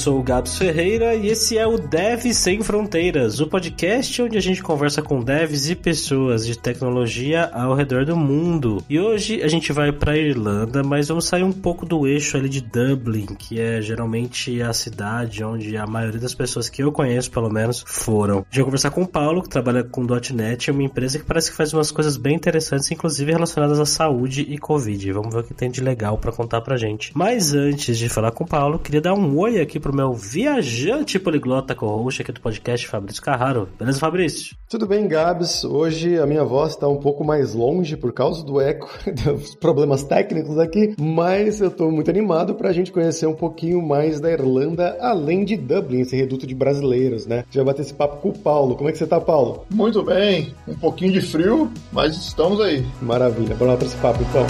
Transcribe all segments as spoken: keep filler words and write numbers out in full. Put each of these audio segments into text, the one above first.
sou o Gabs Ferreira e esse é o Devs Sem Fronteiras, o podcast onde a gente conversa com devs e pessoas de tecnologia ao redor do mundo. E hoje a gente vai pra Irlanda, mas vamos sair um pouco do eixo ali de Dublin, que é geralmente a cidade onde a maioria das pessoas que eu conheço, pelo menos, foram. A gente vai conversar com o Paulo, que trabalha com .ponto net, é uma empresa que parece que faz umas coisas bem interessantes, inclusive relacionadas à saúde e Covid. Vamos ver o que tem de legal pra contar pra gente. Mas antes de falar com o Paulo, queria dar um oi aqui pro meu viajante poliglota co-host aqui do podcast, Fabrício Carraro. Beleza, Fabrício? Tudo bem, Gabs. Hoje a minha voz está um pouco mais longe por causa do eco, dos problemas técnicos aqui, mas eu estou muito animado para a gente conhecer um pouquinho mais da Irlanda, além de Dublin, esse reduto de brasileiros, né? Já bater esse papo com o Paulo. Como é que você tá, Paulo? Muito bem. Um pouquinho de frio, mas estamos aí. Maravilha. Bora lá para esse papo, então.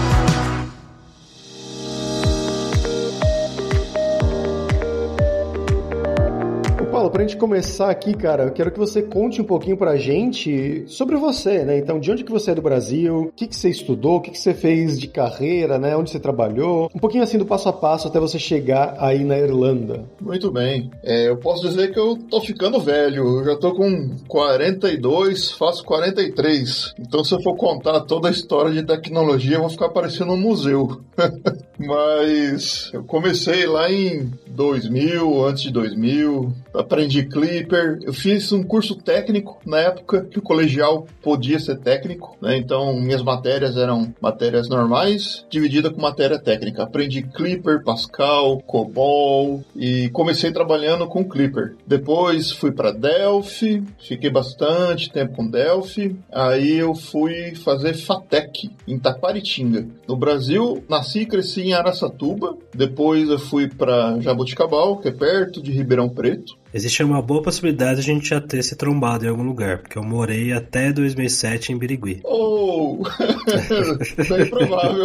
Pra gente começar aqui, cara, eu quero que você conte um pouquinho pra gente sobre você, né? Então, de onde que você é do Brasil, o que que você estudou, o que que você fez de carreira, né? Onde você trabalhou, um pouquinho assim do passo a passo até você chegar aí na Irlanda. Muito bem. É, eu posso dizer que eu tô ficando velho, eu já tô com quarenta e dois, faço quarenta e três. Então, se eu for contar toda a história de tecnologia, eu vou ficar parecendo um museu. Mas eu comecei lá em dois mil, antes de dois mil, aprendi Clipper, eu fiz um curso técnico na época que o colegial podia ser técnico, né? Então minhas matérias eram matérias normais, dividida com matéria técnica. Aprendi Clipper, Pascal, COBOL e comecei trabalhando com Clipper. Depois fui para Delphi, fiquei bastante tempo com Delphi, aí eu fui fazer FATEC em Taquaritinga. No Brasil, nasci e cresci em Araçatuba, depois eu fui para Jaboticabal, que é perto de Ribeirão Preto. Existe uma boa possibilidade de a gente já ter se trombado em algum lugar, porque eu morei até dois mil e sete em Birigui. Oh! Bem provável.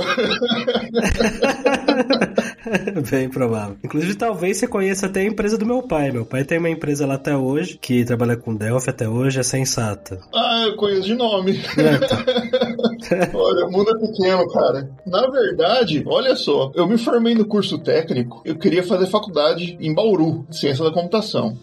Bem provável. Inclusive, talvez você conheça até a empresa do meu pai. Meu pai tem uma empresa lá até hoje, que trabalha com Delphi até hoje, é Sensata. Ah, eu conheço de nome. É, tá. Olha, o mundo é pequeno, cara. Na verdade, olha só, eu me formei no curso técnico, eu queria fazer faculdade em Bauru, Ciência da Computação.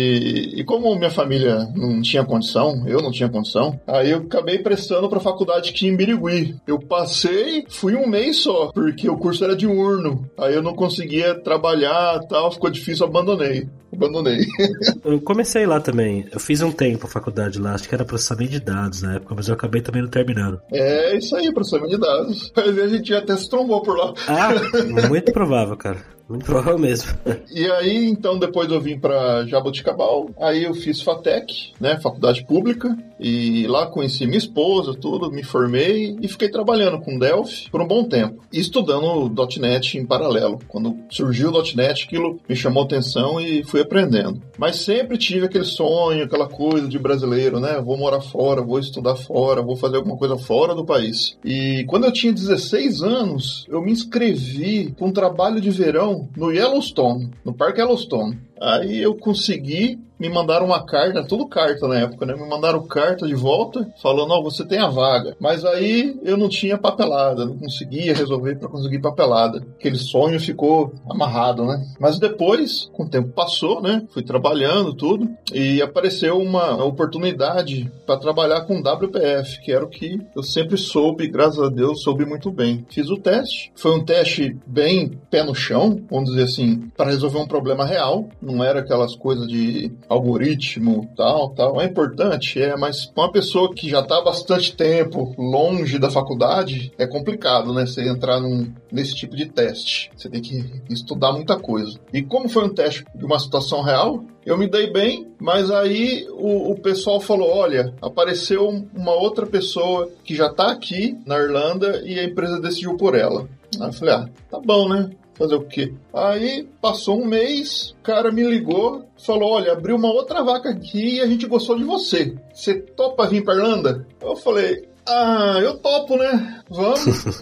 E, e como minha família não tinha condição, eu não tinha condição, aí eu acabei prestando pra faculdade aqui em Birigui. Eu passei, fui um mês só, porque o curso era diurno. Aí eu não conseguia trabalhar e tal, ficou difícil, abandonei. Abandonei. Eu comecei lá também. Eu fiz um tempo a faculdade lá, acho que era processamento de dados na época, mas eu acabei também não terminando. É isso aí, processamento de dados. Mas a gente até se trombou por lá. Ah, muito provável, cara. Muito provável mesmo. E aí, então, depois eu vim pra Jaboticabal, aí eu fiz FATEC, né, faculdade pública, e lá conheci minha esposa, tudo, me formei e fiquei trabalhando com Delphi por um bom tempo. E estudando .ponto net em paralelo. Quando surgiu o .ponto net, aquilo me chamou atenção e fui aprendendo. Mas sempre tive aquele sonho, aquela coisa de brasileiro, né, vou morar fora, vou estudar fora, vou fazer alguma coisa fora do país. E quando eu tinha dezesseis anos, eu me inscrevi para um trabalho de verão no Yellowstone, no Parque Yellowstone. Aí eu consegui, me mandaram uma carta, tudo carta na época, né? Me mandaram carta de volta, falando, ó, você tem a vaga. Mas aí eu não tinha papelada, não conseguia resolver para conseguir papelada. Aquele sonho ficou amarrado, né? Mas depois, com o tempo passou, né? Fui trabalhando, tudo, e apareceu uma oportunidade para trabalhar com W P F, que era o que eu sempre soube, graças a Deus, soube muito bem. Fiz o teste, foi um teste bem pé no chão, vamos dizer assim, para resolver um problema real. Não era aquelas coisas de algoritmo, tal, tal. É importante, é, mas para uma pessoa que já está há bastante tempo longe da faculdade, é complicado, né? Você entrar num, nesse tipo de teste. Você tem que estudar muita coisa. E como foi um teste de uma situação real, eu me dei bem, mas aí o, o pessoal falou, olha, apareceu uma outra pessoa que já está aqui na Irlanda e a empresa decidiu por ela. Aí eu falei, ah, tá bom, né? Fazer o quê? Aí passou um mês, o cara me ligou, falou, olha, abriu uma outra vaca aqui e a gente gostou de você. Você topa vir pra Irlanda? Eu falei, ah, eu topo, né? Vamos.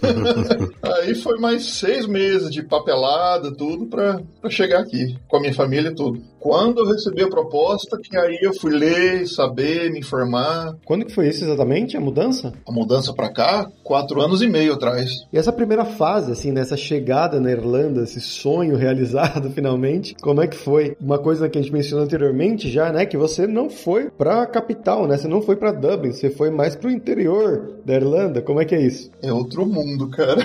Aí foi mais seis meses de papelada, tudo, pra, pra chegar aqui, com a minha família e tudo. Quando eu recebi a proposta, que aí eu fui ler, saber, me informar. Quando que foi isso exatamente, a mudança? A mudança pra cá, quatro anos e meio atrás. E essa primeira fase, assim, nessa chegada na Irlanda, esse sonho realizado finalmente, como é que foi? Uma coisa que a gente mencionou anteriormente já, né, que você não foi pra capital, né, você não foi pra Dublin, você foi mais pro interior da Irlanda, como é que é isso? É outro mundo, cara.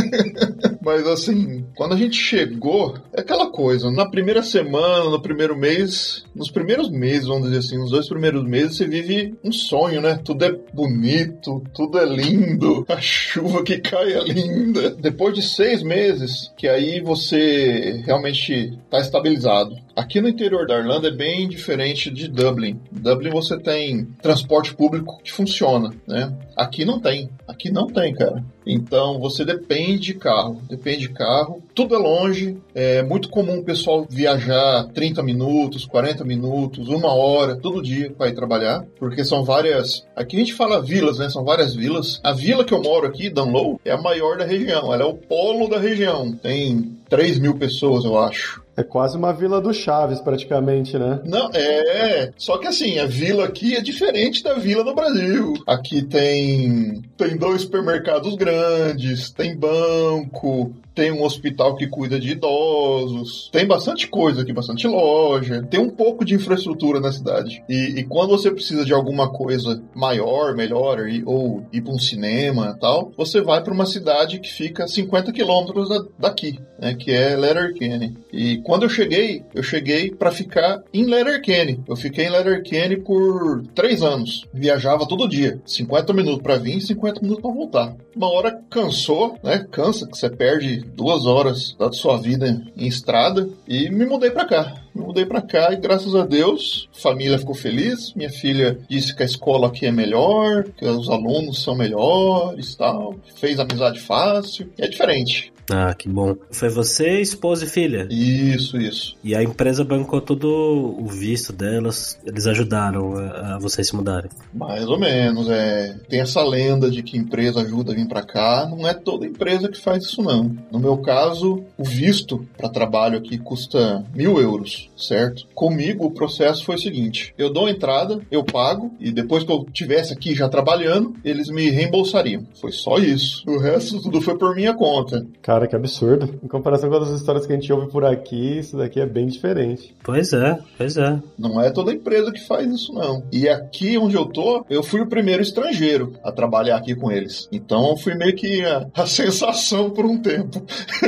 Mas assim, quando a gente chegou, é aquela coisa, na primeira semana, no primeiro mês, nos primeiros meses, vamos dizer assim, nos dois primeiros meses, você vive um sonho, né? Tudo é bonito, tudo é lindo, a chuva que cai é linda. Depois de seis meses, que aí você realmente está estabilizado. Aqui no interior da Irlanda é bem diferente de Dublin. Dublin você tem transporte público que funciona, né? Aqui não tem. Aqui não tem, cara. Então você depende de carro. Depende de carro. Tudo é longe. É muito comum o pessoal viajar trinta minutos, quarenta minutos, uma hora, todo dia para ir trabalhar. Porque são várias... Aqui a gente fala vilas, né? São várias vilas. A vila que eu moro aqui, Dunlow, é a maior da região. Ela é o polo da região. Tem três mil pessoas, eu acho. É quase uma vila do Chaves, praticamente, né? Não, é. Só que assim, a vila aqui é diferente da vila no Brasil. Aqui tem, tem dois supermercados grandes, tem banco, tem um hospital que cuida de idosos, tem bastante coisa aqui, bastante loja, tem um pouco de infraestrutura na cidade. E, e quando você precisa de alguma coisa maior, melhor, ou ir para um cinema e tal, você vai para uma cidade que fica a cinquenta quilômetros daqui, né, que é Letterkenny. E quando eu cheguei, eu cheguei para ficar em Letterkenny. Eu fiquei em Letterkenny por três anos. Viajava todo dia, cinquenta minutos para vir e cinquenta minutos para voltar. Uma hora cansou, né? Cansa, que você perde duas horas da sua vida em estrada, e me mudei para cá. Me mudei pra cá e, graças a Deus, a família ficou feliz. Minha filha disse que a escola aqui é melhor, que os alunos são melhores, tal. Fez amizade fácil. É diferente. Ah, que bom. Foi você, esposa e filha? Isso, isso. E a empresa bancou todo o visto delas, eles ajudaram a, a vocês se mudarem? Mais ou menos, é. Tem essa lenda de que empresa ajuda a vir pra cá. Não é toda empresa que faz isso, não. No meu caso, o visto para trabalho aqui custa mil euros, certo? Comigo, o processo foi o seguinte. Eu dou a entrada, eu pago, e depois que eu estivesse aqui já trabalhando, eles me reembolsariam. Foi só isso. O resto tudo foi por minha conta. Cara, que absurdo. Em comparação com as histórias que a gente ouve por aqui, isso daqui é bem diferente. Pois é, pois é. Não é toda empresa que faz isso, não. E aqui onde eu tô, eu fui o primeiro estrangeiro a trabalhar aqui com eles. Então, eu fui meio que a, a sensação por um tempo.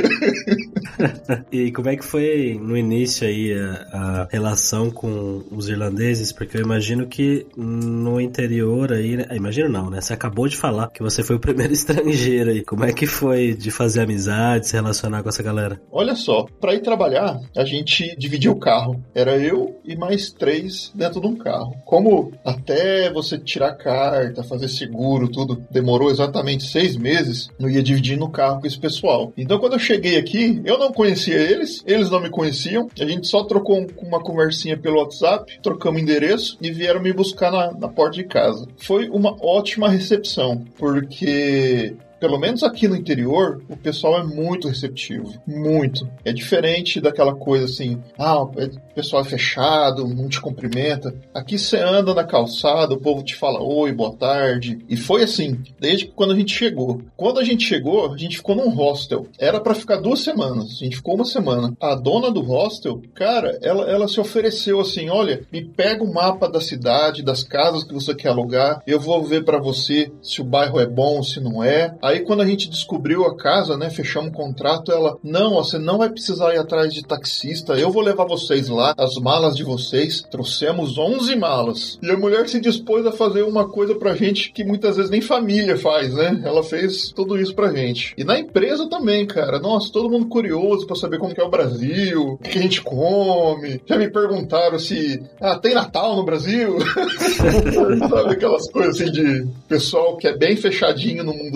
E como é que foi no início aí a, a relação com os irlandeses? Porque eu imagino que no interior aí... Né? Imagino não, né? Você acabou de falar que você foi o primeiro estrangeiro aí. Como é que foi de fazer amizade, de se relacionar com essa galera? Olha só, pra ir trabalhar, a gente dividia o carro. Era eu e mais três dentro de um carro. Como até você tirar carta, fazer seguro, tudo, demorou exatamente seis meses, eu ia dividindo o carro com esse pessoal. Então, quando eu cheguei aqui, eu não conhecia eles, eles não me conheciam, a gente só trocou um, uma conversinha pelo WhatsApp, trocamos endereço e vieram me buscar na, na porta de casa. Foi uma ótima recepção, porque... Pelo menos aqui no interior, o pessoal é muito receptivo. Muito. É diferente daquela coisa assim, ah, o pessoal é fechado, não te cumprimenta. Aqui você anda na calçada, o povo te fala oi, boa tarde. E foi assim, desde quando a gente chegou. Quando a gente chegou, a gente ficou num hostel. Era pra ficar duas semanas. A gente ficou uma semana. A dona do hostel, cara, ela, ela se ofereceu assim, olha, me pega o mapa da cidade, das casas que você quer alugar. Eu vou ver pra você se o bairro é bom, se não é. Aí quando a gente descobriu a casa, né, fechamos um contrato, ela, não, ó, você não vai precisar ir atrás de taxista, eu vou levar vocês lá, as malas de vocês, trouxemos onze malas. E a mulher se dispôs a fazer uma coisa pra gente que muitas vezes nem família faz, né? Ela fez tudo isso pra gente. E na empresa também, cara, nossa, todo mundo curioso pra saber como que é o Brasil, o que a gente come. Já me perguntaram se, ah, tem Natal no Brasil? Sabe, aquelas coisas assim de pessoal que é bem fechadinho no mundo deles,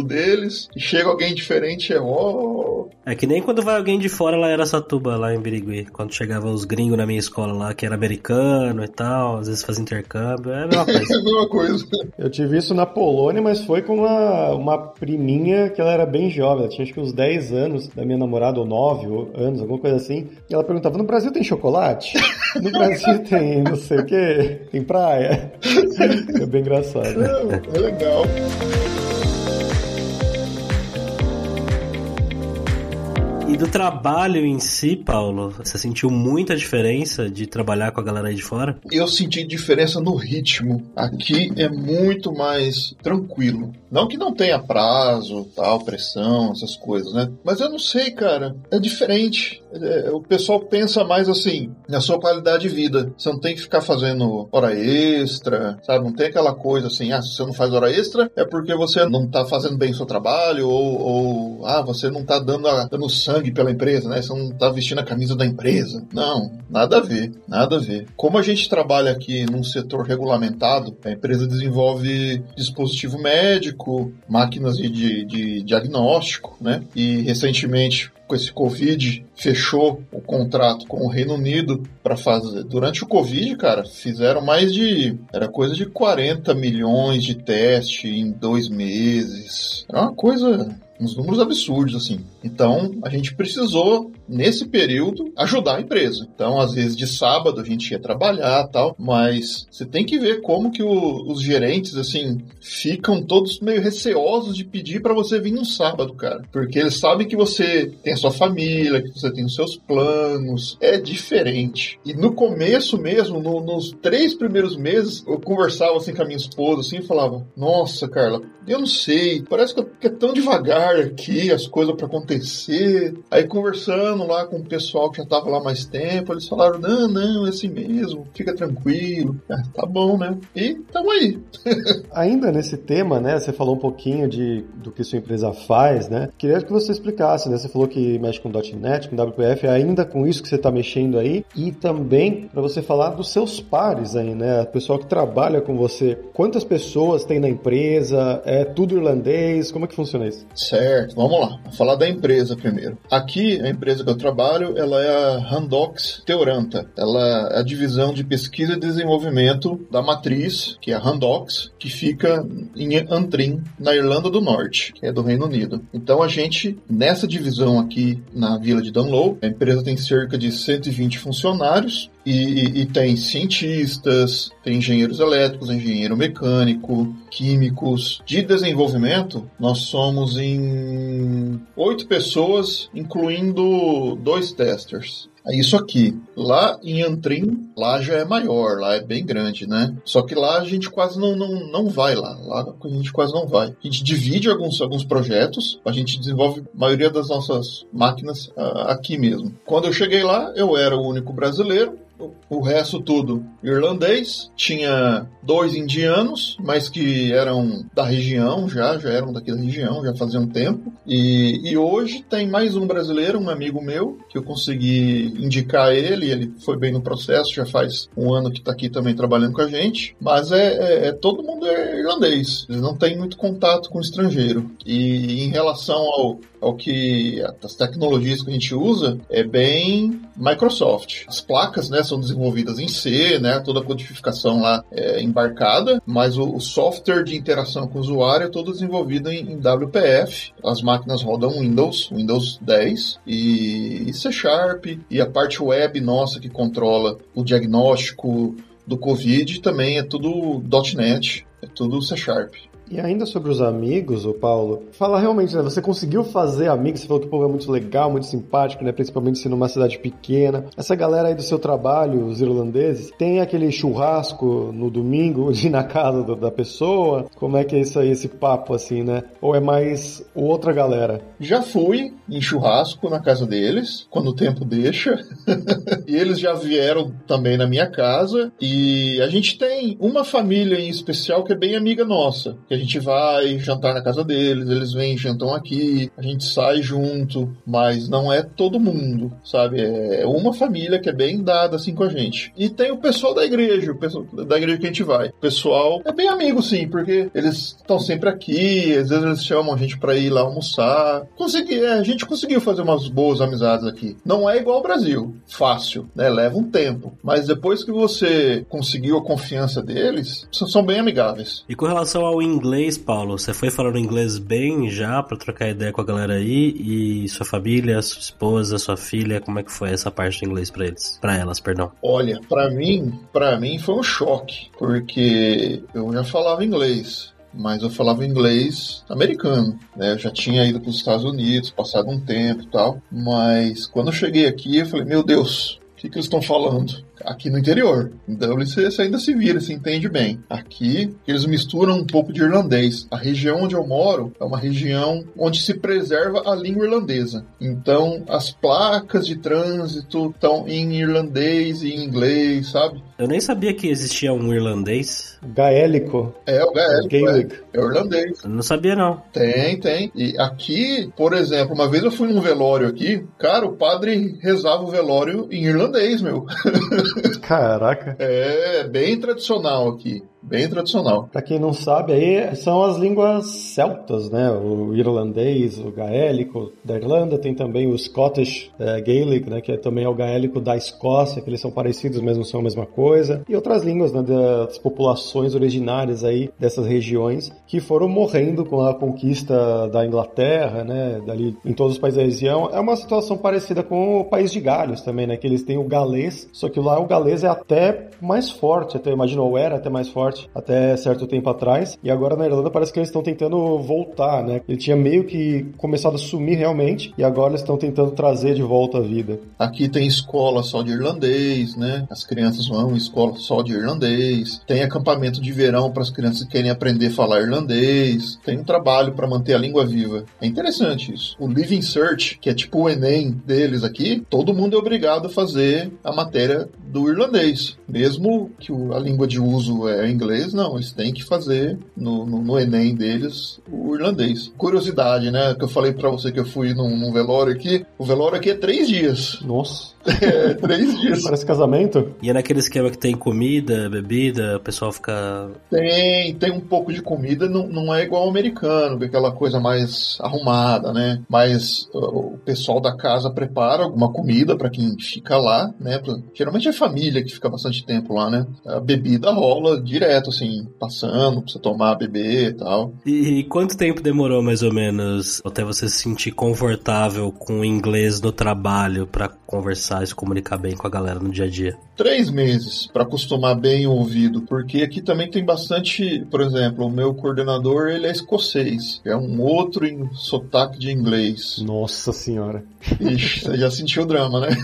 meses, e chega alguém diferente, é ó... É que nem quando vai alguém de fora lá em Araçatuba, lá em Birigui. Quando chegava os gringos na minha escola lá, que era americano e tal, às vezes fazia intercâmbio, é a mesma coisa. É a mesma coisa. Eu tive isso na Polônia, mas foi com uma, uma priminha que ela era bem jovem, ela tinha acho que uns dez anos da minha namorada, ou nove anos, alguma coisa assim. E ela perguntava, no Brasil tem chocolate? No Brasil tem não sei o que, tem praia. É bem engraçado. É, é legal. E do trabalho em si, Paulo, você sentiu muita diferença de trabalhar com a galera aí de fora? Eu senti diferença no ritmo. Aqui é muito mais tranquilo. Não que não tenha prazo, tal, pressão, essas coisas, né? Mas eu não sei, cara. É diferente. É, o pessoal pensa mais assim, na sua qualidade de vida. Você não tem que ficar fazendo hora extra, sabe? Não tem aquela coisa assim, ah, se você não faz hora extra, é porque você não tá fazendo bem o seu trabalho, ou, ou ah, você não tá dando, a, dando sangue pela empresa, né? Você não tá vestindo a camisa da empresa. Não, nada a ver, nada a ver. Como a gente trabalha aqui num setor regulamentado, a empresa desenvolve dispositivo médico, máquinas de, de, de diagnóstico, né? E recentemente, com esse Covid, fechou o contrato com o Reino Unido para fazer. Durante o Covid, cara, fizeram mais de... Era coisa de quarenta milhões de testes em dois meses. Era uma coisa... uns números absurdos, assim. Então, a gente precisou, nesse período, ajudar a empresa. Então, às vezes, de sábado, a gente ia trabalhar e tal, mas você tem que ver como que o, os gerentes, assim, ficam todos meio receosos de pedir para você vir no sábado, cara. Porque eles sabem que você tem a sua família, que você tem os seus planos. É diferente. E no começo mesmo, no, nos três primeiros meses, eu conversava, assim, com a minha esposa, assim, e falava, nossa, Carla, eu não sei, parece que é tão devagar aqui as coisas para acontecer. Aí conversando lá com o pessoal que já tava lá mais tempo, eles falaram, não, não, é assim mesmo, fica tranquilo. Ah, tá bom, né? E tamo aí. Ainda nesse tema, né, você falou um pouquinho de, do que sua empresa faz, né? Queria que você explicasse, né? Você falou que mexe com .NET, com W P F, ainda com isso que você tá mexendo aí, e também para você falar dos seus pares aí, né? O pessoal que trabalha com você. Quantas pessoas tem na empresa? É tudo irlandês? Como é que funciona isso? Certo, vamos lá. Vou falar da empresa primeiro. Aqui, a empresa que eu trabalho, ela é a Randox Teoranta. Ela é a divisão de pesquisa e desenvolvimento da matriz, que é a Randox, que fica em Antrim, na Irlanda do Norte, que é do Reino Unido. Então, a gente, nessa divisão aqui na Vila de Dunlow, a empresa tem cerca de cento e vinte funcionários, E, e, e tem cientistas, tem engenheiros elétricos, engenheiro mecânico, químicos. De desenvolvimento, nós somos em oito pessoas, incluindo dois testers. É isso aqui. Lá em Antrim, lá já é maior, lá é bem grande, né? Só que lá a gente quase não, não, não vai lá. Lá a gente quase não vai. A gente divide alguns, alguns projetos, a gente desenvolve a maioria das nossas máquinas uh, aqui mesmo. Quando eu cheguei lá, eu era o único brasileiro. O resto tudo irlandês, tinha dois indianos, mas que eram da região já, já eram daqui da região, já fazia um tempo. E, e hoje tem mais um brasileiro, um amigo meu, que eu consegui indicar ele, ele foi bem no processo, já faz um ano que está aqui também trabalhando com a gente. Mas é, é, é todo mundo é irlandês, eles não têm muito contato com o estrangeiro. E em relação ao ao que as tecnologias que a gente usa é bem Microsoft. As placas, né, são desenvolvidas em C, né, toda a codificação lá é embarcada, mas o, o software de interação com o usuário é todo desenvolvido em, em W P F. As máquinas rodam Windows, Windows dez e, e C Sharp, e a parte web nossa que controla o diagnóstico do Covid também é tudo .NET, é tudo C Sharp. E ainda sobre os amigos, o Paulo, fala realmente, né? Você conseguiu fazer amigos, você falou que o povo é muito legal, muito simpático, né? Principalmente se numa cidade pequena. Essa galera aí do seu trabalho, os irlandeses, tem aquele churrasco no domingo de ir na casa do, da pessoa? Como é que é isso aí, esse papo assim, né? Ou é mais outra galera? Já fui em churrasco na casa deles, quando o tempo deixa. E eles já vieram também na minha casa. E a gente tem uma família em especial que é bem amiga nossa, que A gente vai jantar na casa deles, eles vêm, jantam aqui, a gente sai junto, mas não é todo mundo, sabe? É uma família que é bem dada assim com a gente. E tem o pessoal da igreja, o pessoal da igreja que a gente vai. O pessoal é bem amigo, sim, porque eles estão sempre aqui, às vezes eles chamam a gente pra ir lá almoçar. Consegui, é, a gente conseguiu fazer umas boas amizades aqui. Não é igual ao Brasil, fácil, né? Leva um tempo. Mas depois que você conseguiu a confiança deles, são bem amigáveis. E com relação ao inglês, Paulo, você foi falando inglês bem já pra trocar ideia com a galera aí? E sua família, sua esposa, sua filha, como é que foi essa parte do inglês pra eles? Pra elas, perdão. Olha, pra mim, pra mim foi um choque, porque eu já falava inglês. Mas eu falava inglês americano, né? Eu já tinha ido para os Estados Unidos, passado um tempo e tal. Mas quando eu cheguei aqui, eu falei, meu Deus, o que, que eles estão falando? Aqui no interior. Então você ainda se vira, se entende bem. Aqui eles misturam um pouco de irlandês. A região onde eu moro é uma região onde se preserva a língua irlandesa. Então as placas de trânsito estão em irlandês e em inglês, sabe? Eu nem sabia que existia um irlandês. Gaélico. É, o gaélico. Gaelic. É, é o irlandês. Eu não sabia, não. Tem, tem. E aqui, por exemplo, uma vez eu fui num velório aqui, cara, o padre rezava o velório em irlandês, meu. Caraca. É, bem tradicional aqui. Bem tradicional. Pra quem não sabe, aí são as línguas celtas, né? O irlandês, o gaélico da Irlanda, tem também o Scottish é, Gaelic, né? Que é também é o gaélico da Escócia, que eles são parecidos, mas não são a mesma coisa. E outras línguas, né? Das populações originárias aí dessas regiões que foram morrendo com a conquista da Inglaterra, né? Dali em todos os países da região. É uma situação parecida com o país de Gales também, né? Que eles têm o galês, só que lá o galês é até mais forte, até imagino, ou era até mais forte até certo tempo atrás, e agora na Irlanda parece que eles estão tentando voltar, né? Ele tinha meio que começado a sumir realmente, e agora eles estão tentando trazer de volta a vida. Aqui tem escola só de irlandês, né? As crianças vão em escola só de irlandês, tem acampamento de verão para as crianças que querem aprender a falar irlandês, tem um trabalho para manter a língua viva. É interessante isso. O Living Search, que é tipo o Enem deles aqui, todo mundo é obrigado a fazer a matéria do irlandês, mesmo que a língua de uso é inglês, não, eles têm que fazer no, no, no Enem deles o irlandês. Curiosidade, né, que eu falei pra você que eu fui num, num velório aqui, o velório aqui é três dias. Nossa. É, três dias. Parece casamento. E é naquele esquema que tem comida, bebida, o pessoal fica... Tem, tem um pouco de comida, não, não é igual ao americano, que é aquela coisa mais arrumada, né, mas o pessoal da casa prepara alguma comida pra quem fica lá, né, pra, geralmente é família que fica bastante tempo lá, né, a bebida rola direto, assim, passando, pra você tomar, beber e tal. E, e quanto tempo demorou, mais ou menos, até você se sentir confortável com o inglês no trabalho pra conversar e se comunicar bem com a galera no dia a dia? Três meses pra acostumar bem o ouvido, porque aqui também tem bastante, por exemplo, o meu coordenador, ele é escocês, é um outro em sotaque de inglês. Nossa senhora. Ixi, você já sentiu o drama, né?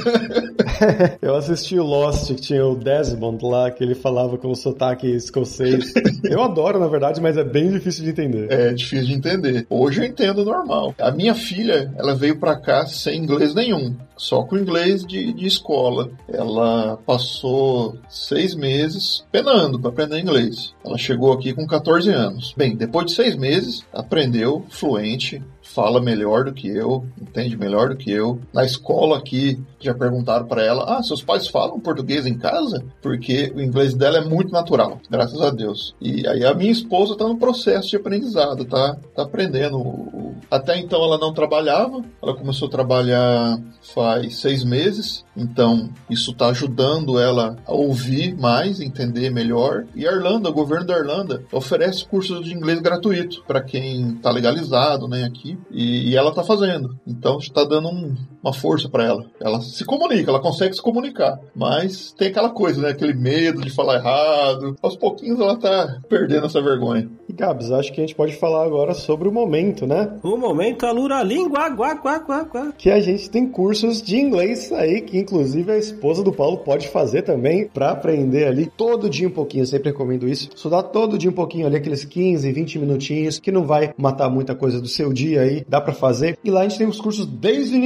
Eu assisti o Lost, que tinha o Desmond lá, que ele falava com o sotaque escocês. Eu adoro, na verdade, mas é bem difícil de entender. É difícil de entender. Hoje eu entendo normal. A minha filha, ela veio pra cá sem inglês nenhum, só com inglês de, de escola. Ela passou seis meses penando para aprender inglês. Ela chegou aqui com catorze anos. Bem, depois de seis meses, aprendeu fluente, fala melhor do que eu, entende melhor do que eu. Na escola aqui, já perguntaram para ela, ah, seus pais falam português em casa? Porque o inglês dela é muito natural, graças a Deus. E aí a minha esposa tá no processo de aprendizado, tá, tá aprendendo. Até então ela não trabalhava, ela começou a trabalhar faz seis meses, então isso tá ajudando ela a ouvir mais, entender melhor. E a Irlanda, o governo da Irlanda, oferece cursos de inglês gratuito para quem tá legalizado, né, aqui. E, e ela tá fazendo. Então está dando um, uma força para ela. Ela se comunica, ela consegue se comunicar. Mas tem aquela coisa, né? Aquele medo de falar errado. Aos pouquinhos ela tá perdendo essa vergonha. E Gabs, acho que a gente pode falar agora sobre o momento, né? O momento alura língua, guá, guá, guá, guá. Que a gente tem cursos de inglês aí, que inclusive a esposa do Paulo pode fazer também para aprender ali todo dia um pouquinho. Eu sempre recomendo isso. Estudar todo dia um pouquinho ali, aqueles quinze, vinte minutinhos, que não vai matar muita coisa do seu dia aí, dá pra fazer. E lá a gente tem os cursos desde o iniciante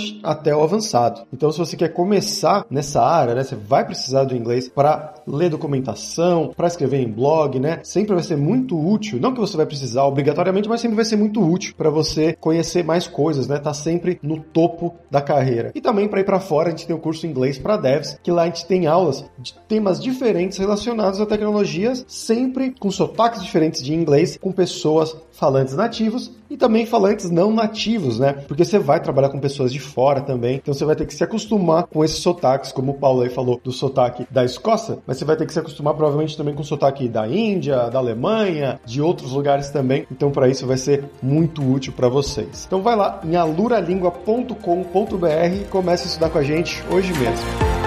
forte até o avançado. Então, se você quer começar nessa área, né, você vai precisar do inglês para ler documentação, para escrever em blog, né? Sempre vai ser muito útil, não que você vai precisar obrigatoriamente, mas sempre vai ser muito útil para você conhecer mais coisas, né? Tá sempre no topo da carreira. E também para ir para fora, a gente tem o curso Inglês para Devs, que lá a gente tem aulas de temas diferentes relacionados a tecnologias, sempre com sotaques diferentes de inglês, com pessoas falantes nativos e também falantes não nativos, né? Porque você vai trabalhar com pessoas de fora também, então você vai ter que se acostumar com esses sotaques, como o Paulo aí falou do sotaque da Escócia, mas você vai ter que se acostumar provavelmente também com o sotaque da Índia, da Alemanha, de outros lugares também, então para isso vai ser muito útil para vocês. Então vai lá em aluralingua ponto com ponto b r e comece a estudar com a gente hoje mesmo.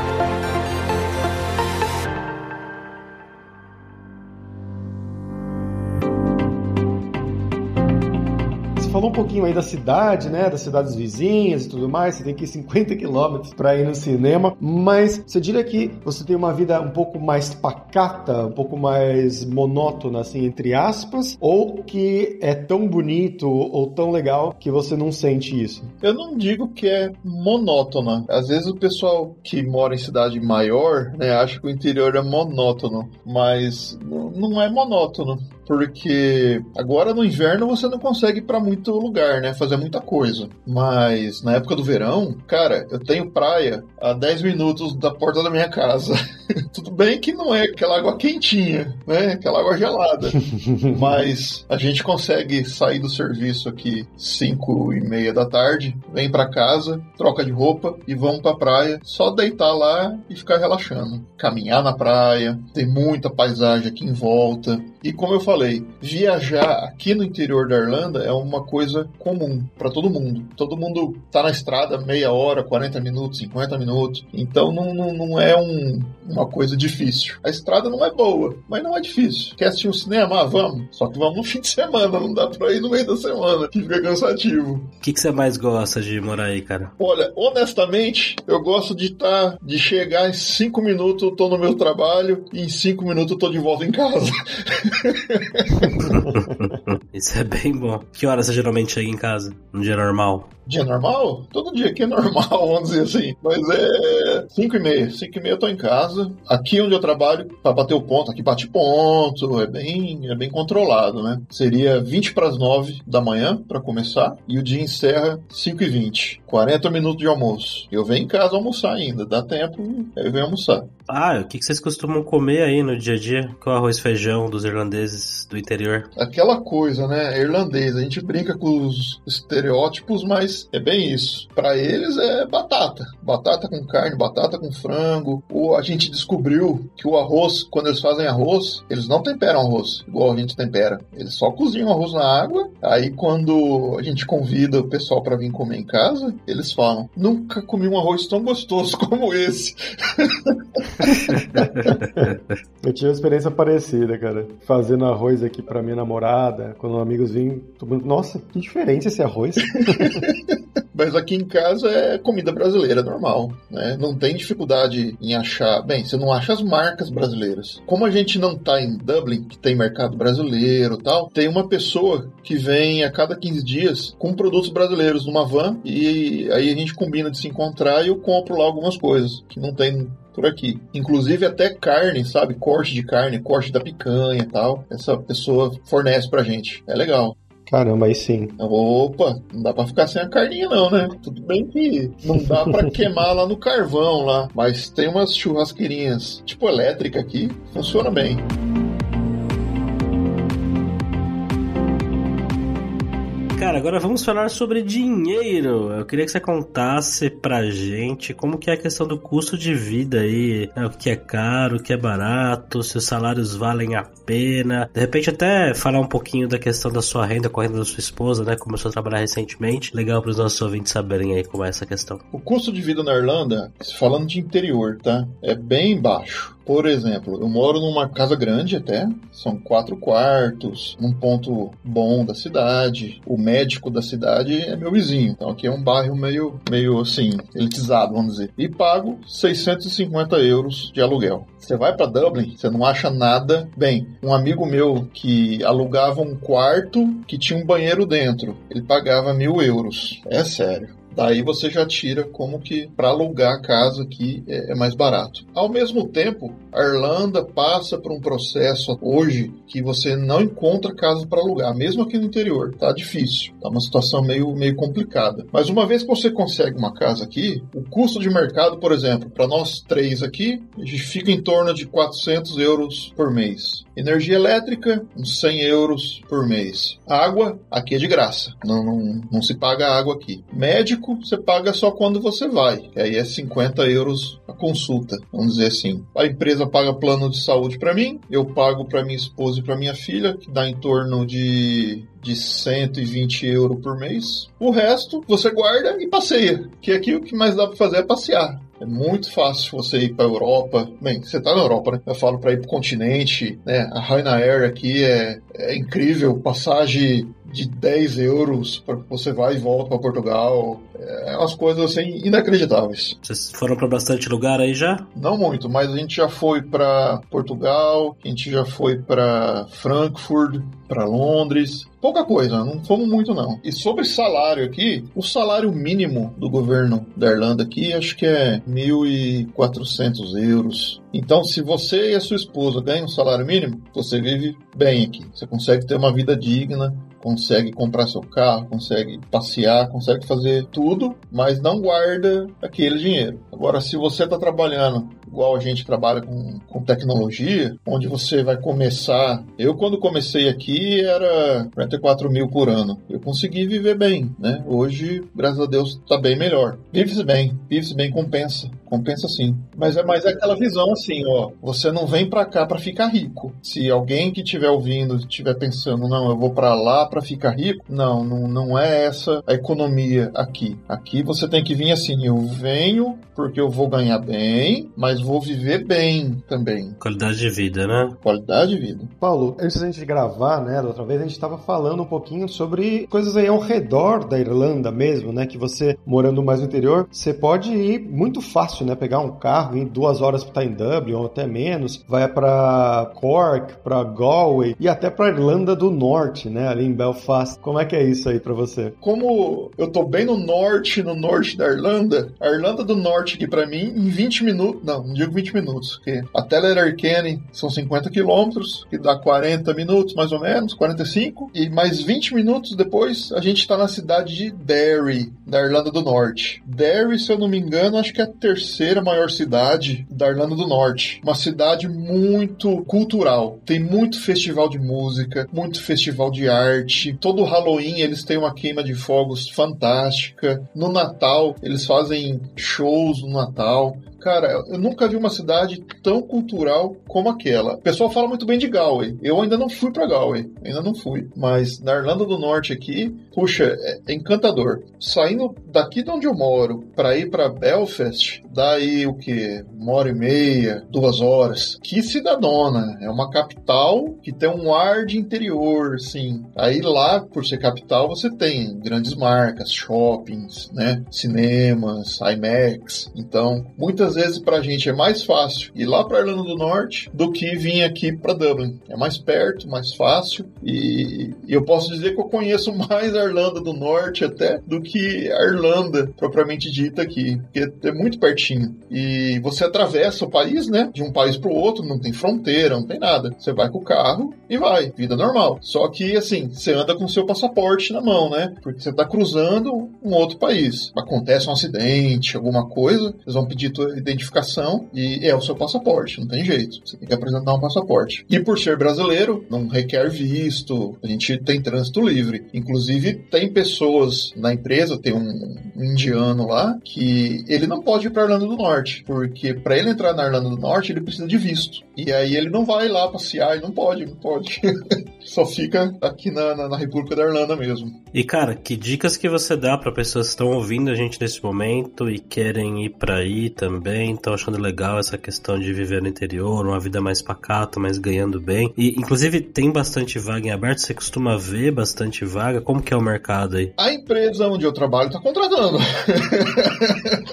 Falou um pouquinho aí da cidade, né, das cidades vizinhas e tudo mais, você tem que ir cinquenta quilômetros para ir no cinema, mas você diria que você tem uma vida um pouco mais pacata, um pouco mais monótona, assim, entre aspas, ou que é tão bonito ou tão legal que você não sente isso? Eu não digo que é monótona. Às vezes o pessoal que mora em cidade maior, né, acha que o interior é monótono, mas não é monótono. Porque agora no inverno você não consegue ir pra muito lugar, né? Fazer muita coisa. Mas na época do verão, cara, eu tenho praia a dez minutos da porta da minha casa. Tudo bem que não é aquela água quentinha, né? Aquela água gelada. Mas a gente consegue sair do serviço aqui cinco e meia da tarde, vem pra casa, troca de roupa e vamos pra praia. Só deitar lá e ficar relaxando. Caminhar na praia, tem muita paisagem aqui em volta. E como eu falei, viajar aqui no interior da Irlanda é uma coisa comum para todo mundo. Todo mundo tá na estrada meia hora, quarenta minutos, cinquenta minutos. Então não, não, não é um, uma coisa difícil. A estrada não é boa, mas não é difícil. Quer assistir um cinema? Ah, vamos. Só que vamos no fim de semana, não dá pra ir no meio da semana, que fica cansativo. O que, que você mais gosta de morar aí, cara? Olha, honestamente, eu gosto de tá, de chegar em cinco minutos, eu tô no meu trabalho, e em cinco minutos eu tô de volta em casa. Isso é bem bom. Que horas você geralmente chega em casa? No dia normal? Dia normal? Todo dia aqui é normal, vamos dizer assim. Mas é cinco e meia. cinco e meia eu tô em casa. Aqui onde eu trabalho, pra bater o ponto, aqui bate ponto, é bem, é bem controlado, né? Seria vinte para as nove da manhã, pra começar, e o dia encerra cinco e vinte. quarenta minutos de almoço. Eu venho em casa almoçar ainda, dá tempo, aí eu venho almoçar. Ah, o que vocês costumam comer aí no dia a dia? Qual é o arroz e feijão dos irlandeses do interior? Aquela coisa, né? Irlandês. A gente brinca com os estereótipos, mas é bem isso. Pra eles é batata. Batata com carne, batata com frango. Ou a gente descobriu que o arroz, quando eles fazem arroz, eles não temperam arroz, igual a gente tempera. Eles só cozinham arroz na água. Aí quando a gente convida o pessoal pra vir comer em casa, eles falam, nunca comi um arroz tão gostoso como esse. Eu tive uma experiência parecida, cara. Fazendo arroz aqui pra minha namorada, quando amigos vinham, nossa, que diferente esse arroz. Mas aqui em casa é comida brasileira normal, né? Não tem dificuldade em achar... Bem, você não acha as marcas brasileiras. Como a gente não tá em Dublin, que tem mercado brasileiro e tal, tem uma pessoa que vem a cada quinze dias com produtos brasileiros numa van e aí a gente combina de se encontrar e eu compro lá algumas coisas que não tem por aqui. Inclusive até carne, sabe? Corte de carne, corte da picanha e tal. Essa pessoa fornece pra gente. É legal. Caramba, aí sim. Opa, não dá pra ficar sem a carninha não, né? Tudo bem que não dá pra queimar lá no carvão lá, mas tem umas churrasqueirinhas tipo elétrica aqui, funciona bem. Cara, agora vamos falar sobre dinheiro. Eu queria que você contasse pra gente como que é a questão do custo de vida aí, né? O que é caro, o que é barato, se os salários valem a pena. De repente até falar um pouquinho da questão da sua renda com a renda da sua esposa, né? Começou a trabalhar recentemente. Legal para os nossos ouvintes saberem aí como é essa questão. O custo de vida na Irlanda, falando de interior, tá? É bem baixo. Por exemplo, eu moro numa casa grande até, são quatro quartos, num ponto bom da cidade. O médico da cidade é meu vizinho, então aqui é um bairro meio, meio assim, elitizado, vamos dizer. E pago seiscentos e cinquenta euros de aluguel. Você vai pra Dublin, você não acha nada. Bem, um amigo meu que alugava um quarto que tinha um banheiro dentro, ele pagava mil euros. É sério. Daí você já tira como que para alugar a casa aqui é, é mais barato. Ao mesmo tempo, a Irlanda passa por um processo hoje que você não encontra casa para alugar, mesmo aqui no interior. Tá difícil, tá uma situação meio, meio complicada. Mas uma vez que você consegue uma casa aqui, o custo de mercado, por exemplo, para nós três aqui, a gente fica em torno de quatrocentos euros por mês. Energia elétrica, uns cem euros por mês. Água, aqui é de graça. Não, não, não se paga água aqui. Médico, você paga só quando você vai. Que aí é cinquenta euros a consulta, vamos dizer assim. A empresa paga plano de saúde para mim, eu pago para minha esposa e para minha filha, que dá em torno de... de cento e vinte euros por mês. O resto, você guarda e passeia. Que aqui o que mais dá para fazer é passear. É muito fácil você ir para a Europa. Bem, você tá na Europa, né? Eu falo para ir para o continente, né? A Ryanair aqui é, é incrível. Passagem de dez euros para você vai e volta para Portugal. É umas coisas assim inacreditáveis. Vocês foram para bastante lugar aí já? Não muito, mas a gente já foi para Portugal, a gente já foi para Frankfurt, para Londres. Pouca coisa, não fomos muito não. E sobre salário aqui, o salário mínimo do governo da Irlanda aqui, acho que é mil e quatrocentos euros. Então, se você e a sua esposa ganham um salário mínimo, você vive bem aqui. Você consegue ter uma vida digna, consegue comprar seu carro, consegue passear, consegue fazer tudo, mas não guarda aquele dinheiro. Agora, se você está trabalhando igual a gente trabalha com, com tecnologia, onde você vai começar... Eu, quando comecei aqui, era quarenta e quatro mil por ano. Eu consegui viver bem, né? Hoje, graças a Deus, está bem melhor. Vive-se bem, vive-se bem, compensa. Compensa sim. Mas é mais aquela visão assim, ó. Você não vem pra cá pra ficar rico. Se alguém que estiver ouvindo estiver pensando, não, eu vou pra lá pra ficar rico, não, não, não é essa a economia aqui. Aqui você tem que vir assim, eu venho porque eu vou ganhar bem, mas vou viver bem também. Qualidade de vida, né? Qualidade de vida. Paulo, antes da gente gravar, né, da outra vez, a gente estava falando um pouquinho sobre coisas aí ao redor da Irlanda mesmo, né, que você, morando mais no interior, você pode ir muito fácil, né, pegar um carro, ir duas horas para estar em Dublin, ou até menos, vai para Cork, para Galway, e até para Irlanda do Norte, né, ali em Belfast. Como é que é isso aí para você? Como eu tô bem no norte, no norte da Irlanda, a Irlanda do Norte aqui para mim, em vinte minutos, não, não digo vinte minutos, porque até Letterkenny são cinquenta quilômetros, que dá quarenta minutos mais ou menos, quarenta e cinco, e mais vinte minutos depois a gente tá na cidade de Derry, da Irlanda do Norte. Derry, se eu não me engano, acho que é a terceira maior cidade da Irlanda do Norte. Uma cidade muito cultural. Tem muito festival de música, muito festival de arte. Todo Halloween eles têm uma queima de fogos fantástica. No Natal eles fazem shows no Natal. Cara, eu nunca vi uma cidade tão cultural como aquela. O pessoal fala muito bem de Galway. Eu ainda não fui pra Galway. Ainda não fui. Mas na Irlanda do Norte aqui, puxa, é encantador. Saindo daqui de onde eu moro pra ir pra Belfast, dá aí o quê? Uma hora e meia, duas horas. Que cidadona. É uma capital que tem um ar de interior, assim. Aí lá, por ser capital, você tem grandes marcas, shoppings, né? Cinemas, IMAX. Então, muitas vezes pra gente é mais fácil ir lá pra Irlanda do Norte do que vir aqui pra Dublin. É mais perto, mais fácil e, e eu posso dizer que eu conheço mais a Irlanda do Norte até do que a Irlanda propriamente dita aqui, porque é muito pertinho. E você atravessa o país, né? De um país pro outro, não tem fronteira, não tem nada. Você vai com o carro e vai, vida normal. Só que assim, você anda com o seu passaporte na mão, né? Porque você tá cruzando um outro país. Acontece um acidente, alguma coisa, eles vão pedir tua identificação e é o seu passaporte, não tem jeito. Você tem que apresentar um passaporte. E por ser brasileiro, não requer visto, a gente tem trânsito livre. Inclusive, tem pessoas na empresa, tem um, um indiano lá, que ele não pode ir para a Irlanda do Norte, porque para ele entrar na Irlanda do Norte, ele precisa de visto. E aí ele não vai lá passear, ele não pode, não pode. Só fica aqui na, na, na República da Irlanda mesmo. E cara, que dicas que você dá para pessoas que estão ouvindo a gente nesse momento e querem ir para aí também, estão achando legal essa questão de viver no interior, uma vida mais pacata, mas ganhando bem. E inclusive tem bastante vaga em aberto, você costuma ver bastante vaga, como que é o mercado aí? A empresa onde eu trabalho está contratando.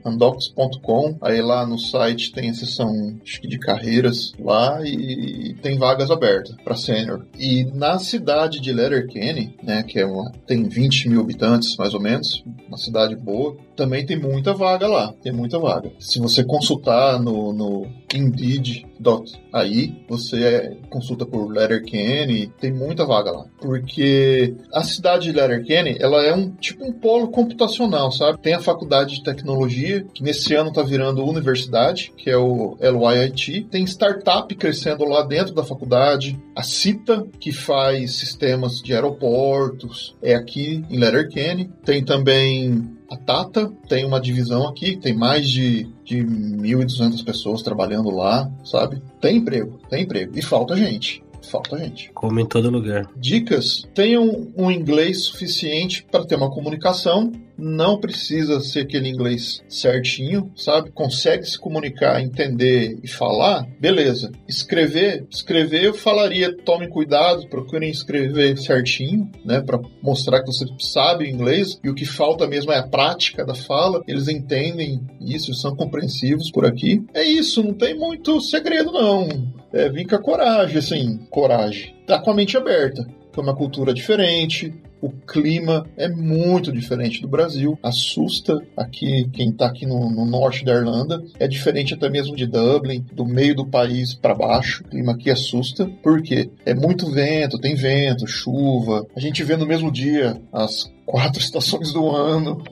randox ponto com. Aí lá no site tem a seção acho que de carreiras lá e tem vagas abertas para sênior. E na cidade de Letterkenny, né, que é uma, tem vinte mil habitantes mais ou menos, uma cidade boa, também tem muita vaga lá, tem muita vaga. Se você consultar no, no indeed ponto a i, você é, consulta por Letterkenny, tem muita vaga lá. Porque a cidade de Letterkenny, ela é um tipo um polo computacional, sabe? Tem a faculdade de tecnologia, que nesse ano está virando universidade, que é o L Y I T. Tem startup crescendo lá dentro da faculdade. A CITA, que faz sistemas de aeroportos, é aqui em Letterkenny. Tem também a Tata, tem uma divisão aqui, tem mais de, de mil e duzentas pessoas trabalhando lá, sabe? Tem emprego, tem emprego. E falta gente. Falta gente. Como em todo lugar. Dicas: tenham um inglês suficiente para ter uma comunicação. Não precisa ser aquele inglês certinho, sabe? Consegue se comunicar, entender e falar, beleza. Escrever, escrever eu falaria, tome cuidado, procurem escrever certinho, né? Para mostrar que você sabe o inglês, e o que falta mesmo é a prática da fala. Eles entendem isso, são compreensivos por aqui. É isso, não tem muito segredo não. É vir com a coragem, assim, coragem. Tá com a mente aberta, que é uma cultura diferente. O clima é muito diferente do Brasil. Assusta aqui quem está aqui no, no norte da Irlanda. É diferente até mesmo de Dublin, do meio do país para baixo. O clima aqui assusta. Por quê? É muito vento, tem vento, chuva. A gente vê no mesmo dia as quatro estações do ano.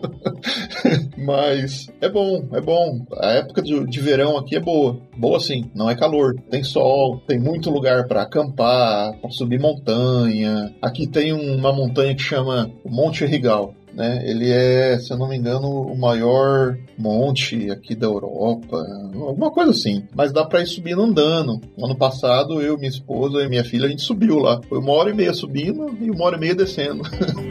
Mas é bom, é bom. A época de, de verão aqui é boa. Boa sim, não é calor. Tem sol, tem muito lugar para acampar, para subir montanha. Aqui tem uma montanha que chama o Monte Errigal. Né? Ele é, se eu não me engano, o maior monte aqui da Europa, alguma coisa assim. Mas dá pra ir subindo andando. Ano passado, eu, minha esposa e minha filha, a gente subiu lá. Foi uma hora e meia subindo e uma hora e meia descendo.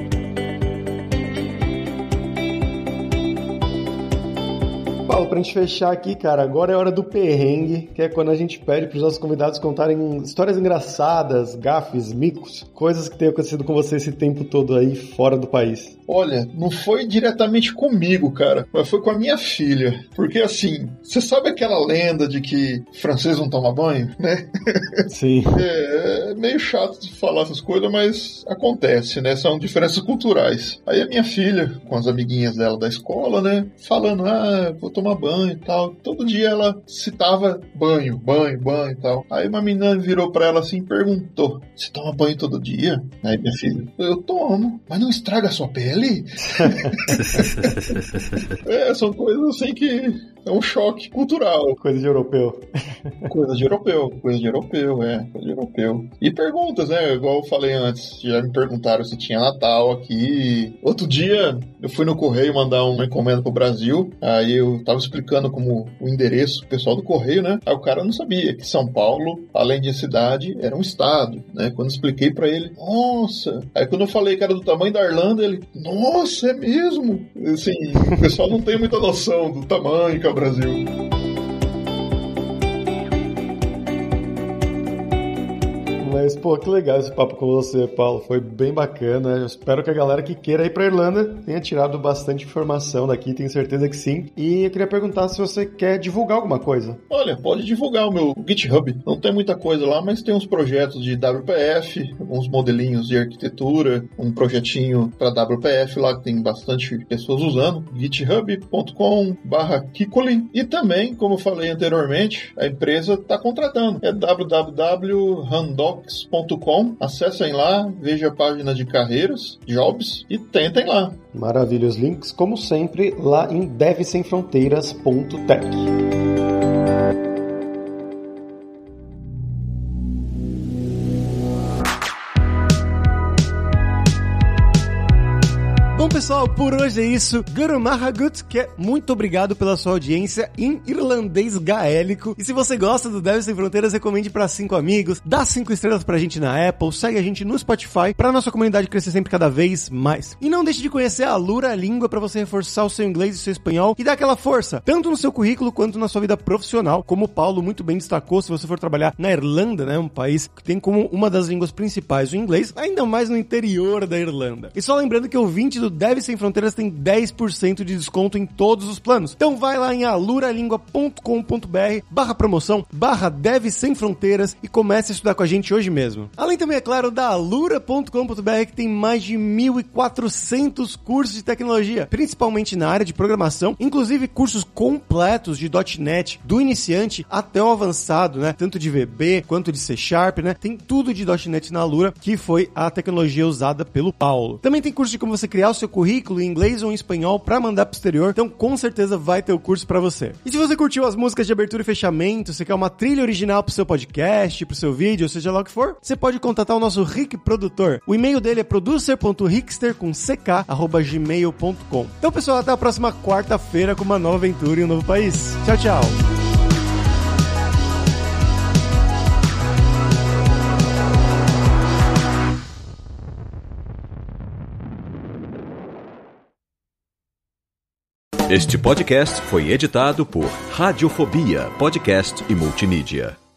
Paulo, pra gente fechar aqui, cara, agora é hora do perrengue, que é quando a gente pede pros nossos convidados contarem histórias engraçadas, gafes, micos, coisas que tenham acontecido com você esse tempo todo aí fora do país. Olha, não foi diretamente comigo, cara, mas foi com a minha filha. Porque assim, você sabe aquela lenda de que francês não toma banho, né? Sim. É, é meio chato de falar essas coisas, mas acontece, né? São diferenças culturais. Aí a minha filha, com as amiguinhas dela da escola, né? Falando, ah, vou tomar banho e tal. Todo dia ela citava banho, banho, banho e tal. Aí uma menina virou pra ela assim e perguntou, você toma banho todo dia? Aí minha filha, eu tomo, mas não estraga a sua pele? É, são coisas assim que é um choque cultural. Coisa de europeu. Coisa de europeu, coisa de europeu, é, coisa de europeu. E perguntas, né, igual eu falei antes, já me perguntaram se tinha Natal aqui. Outro dia, eu fui no correio mandar uma encomenda pro Brasil, aí eu tava explicando como o endereço, o pessoal do correio, né, aí o cara não sabia que São Paulo, além de cidade, era um estado, né, quando eu expliquei pra ele, nossa, aí quando eu falei que era do tamanho da Irlanda, ele, nossa, é mesmo? Assim, o pessoal não tem muita noção do tamanho que é o Brasil. Mas, pô, que legal esse papo com você, Paulo. Foi bem bacana. Eu espero que a galera que queira ir pra Irlanda tenha tirado bastante informação daqui, tenho certeza que sim. E eu queria perguntar se você quer divulgar alguma coisa. Olha, pode divulgar o meu GitHub. Não tem muita coisa lá, mas tem uns projetos de W P F, alguns modelinhos de arquitetura, um projetinho para W P F lá que tem bastante pessoas usando. github ponto com barra Kikoli. E também, como eu falei anteriormente, a empresa está contratando. É w w w ponto randox ponto com. Acessem lá, vejam a página de carreiras, jobs e tentem lá. Maravilha, os links, como sempre, lá em dev sem fronteiras ponto tech. Bom, pessoal, por hoje é isso. Gurumahagut, que é muito obrigado pela sua audiência em irlandês gaélico. E se você gosta do Dev Sem Fronteiras, recomende para cinco amigos, dá cinco estrelas pra gente na Apple, segue a gente no Spotify, pra nossa comunidade crescer sempre cada vez mais. E não deixe de conhecer a Lura Língua pra você reforçar o seu inglês e o seu espanhol e dar aquela força, tanto no seu currículo quanto na sua vida profissional. Como o Paulo muito bem destacou, se você for trabalhar na Irlanda, né, um país que tem como uma das línguas principais o inglês, ainda mais no interior da Irlanda. E só lembrando que o ouvinte do Dev Sem Fronteiras tem dez por cento de desconto em todos os planos. Então vai lá em aluralingua.com.br barra promoção, barra Dev Sem Fronteiras e comece a estudar com a gente hoje mesmo. Além também, é claro, da alura ponto com ponto b r, que tem mais de mil e quatrocentos cursos de tecnologia, principalmente na área de programação, inclusive cursos completos de .NET, do iniciante até o avançado, né? Tanto de V B quanto de C Sharp, né? Tem tudo de .NET na Alura, que foi a tecnologia usada pelo Paulo. Também tem curso de como você criar o seu currículo em inglês ou em espanhol para mandar pro exterior, então com certeza vai ter o curso para você. E se você curtiu as músicas de abertura e fechamento, você quer uma trilha original pro seu podcast, pro seu vídeo, ou seja lá o que for, você pode contatar o nosso Rick Produtor. O e-mail dele é producer ponto rickster com ck arroba gmail ponto com. Então, pessoal, até a próxima quarta-feira com uma nova aventura em um novo país. Tchau, tchau! Este podcast foi editado por Radiofobia, podcast e multimídia.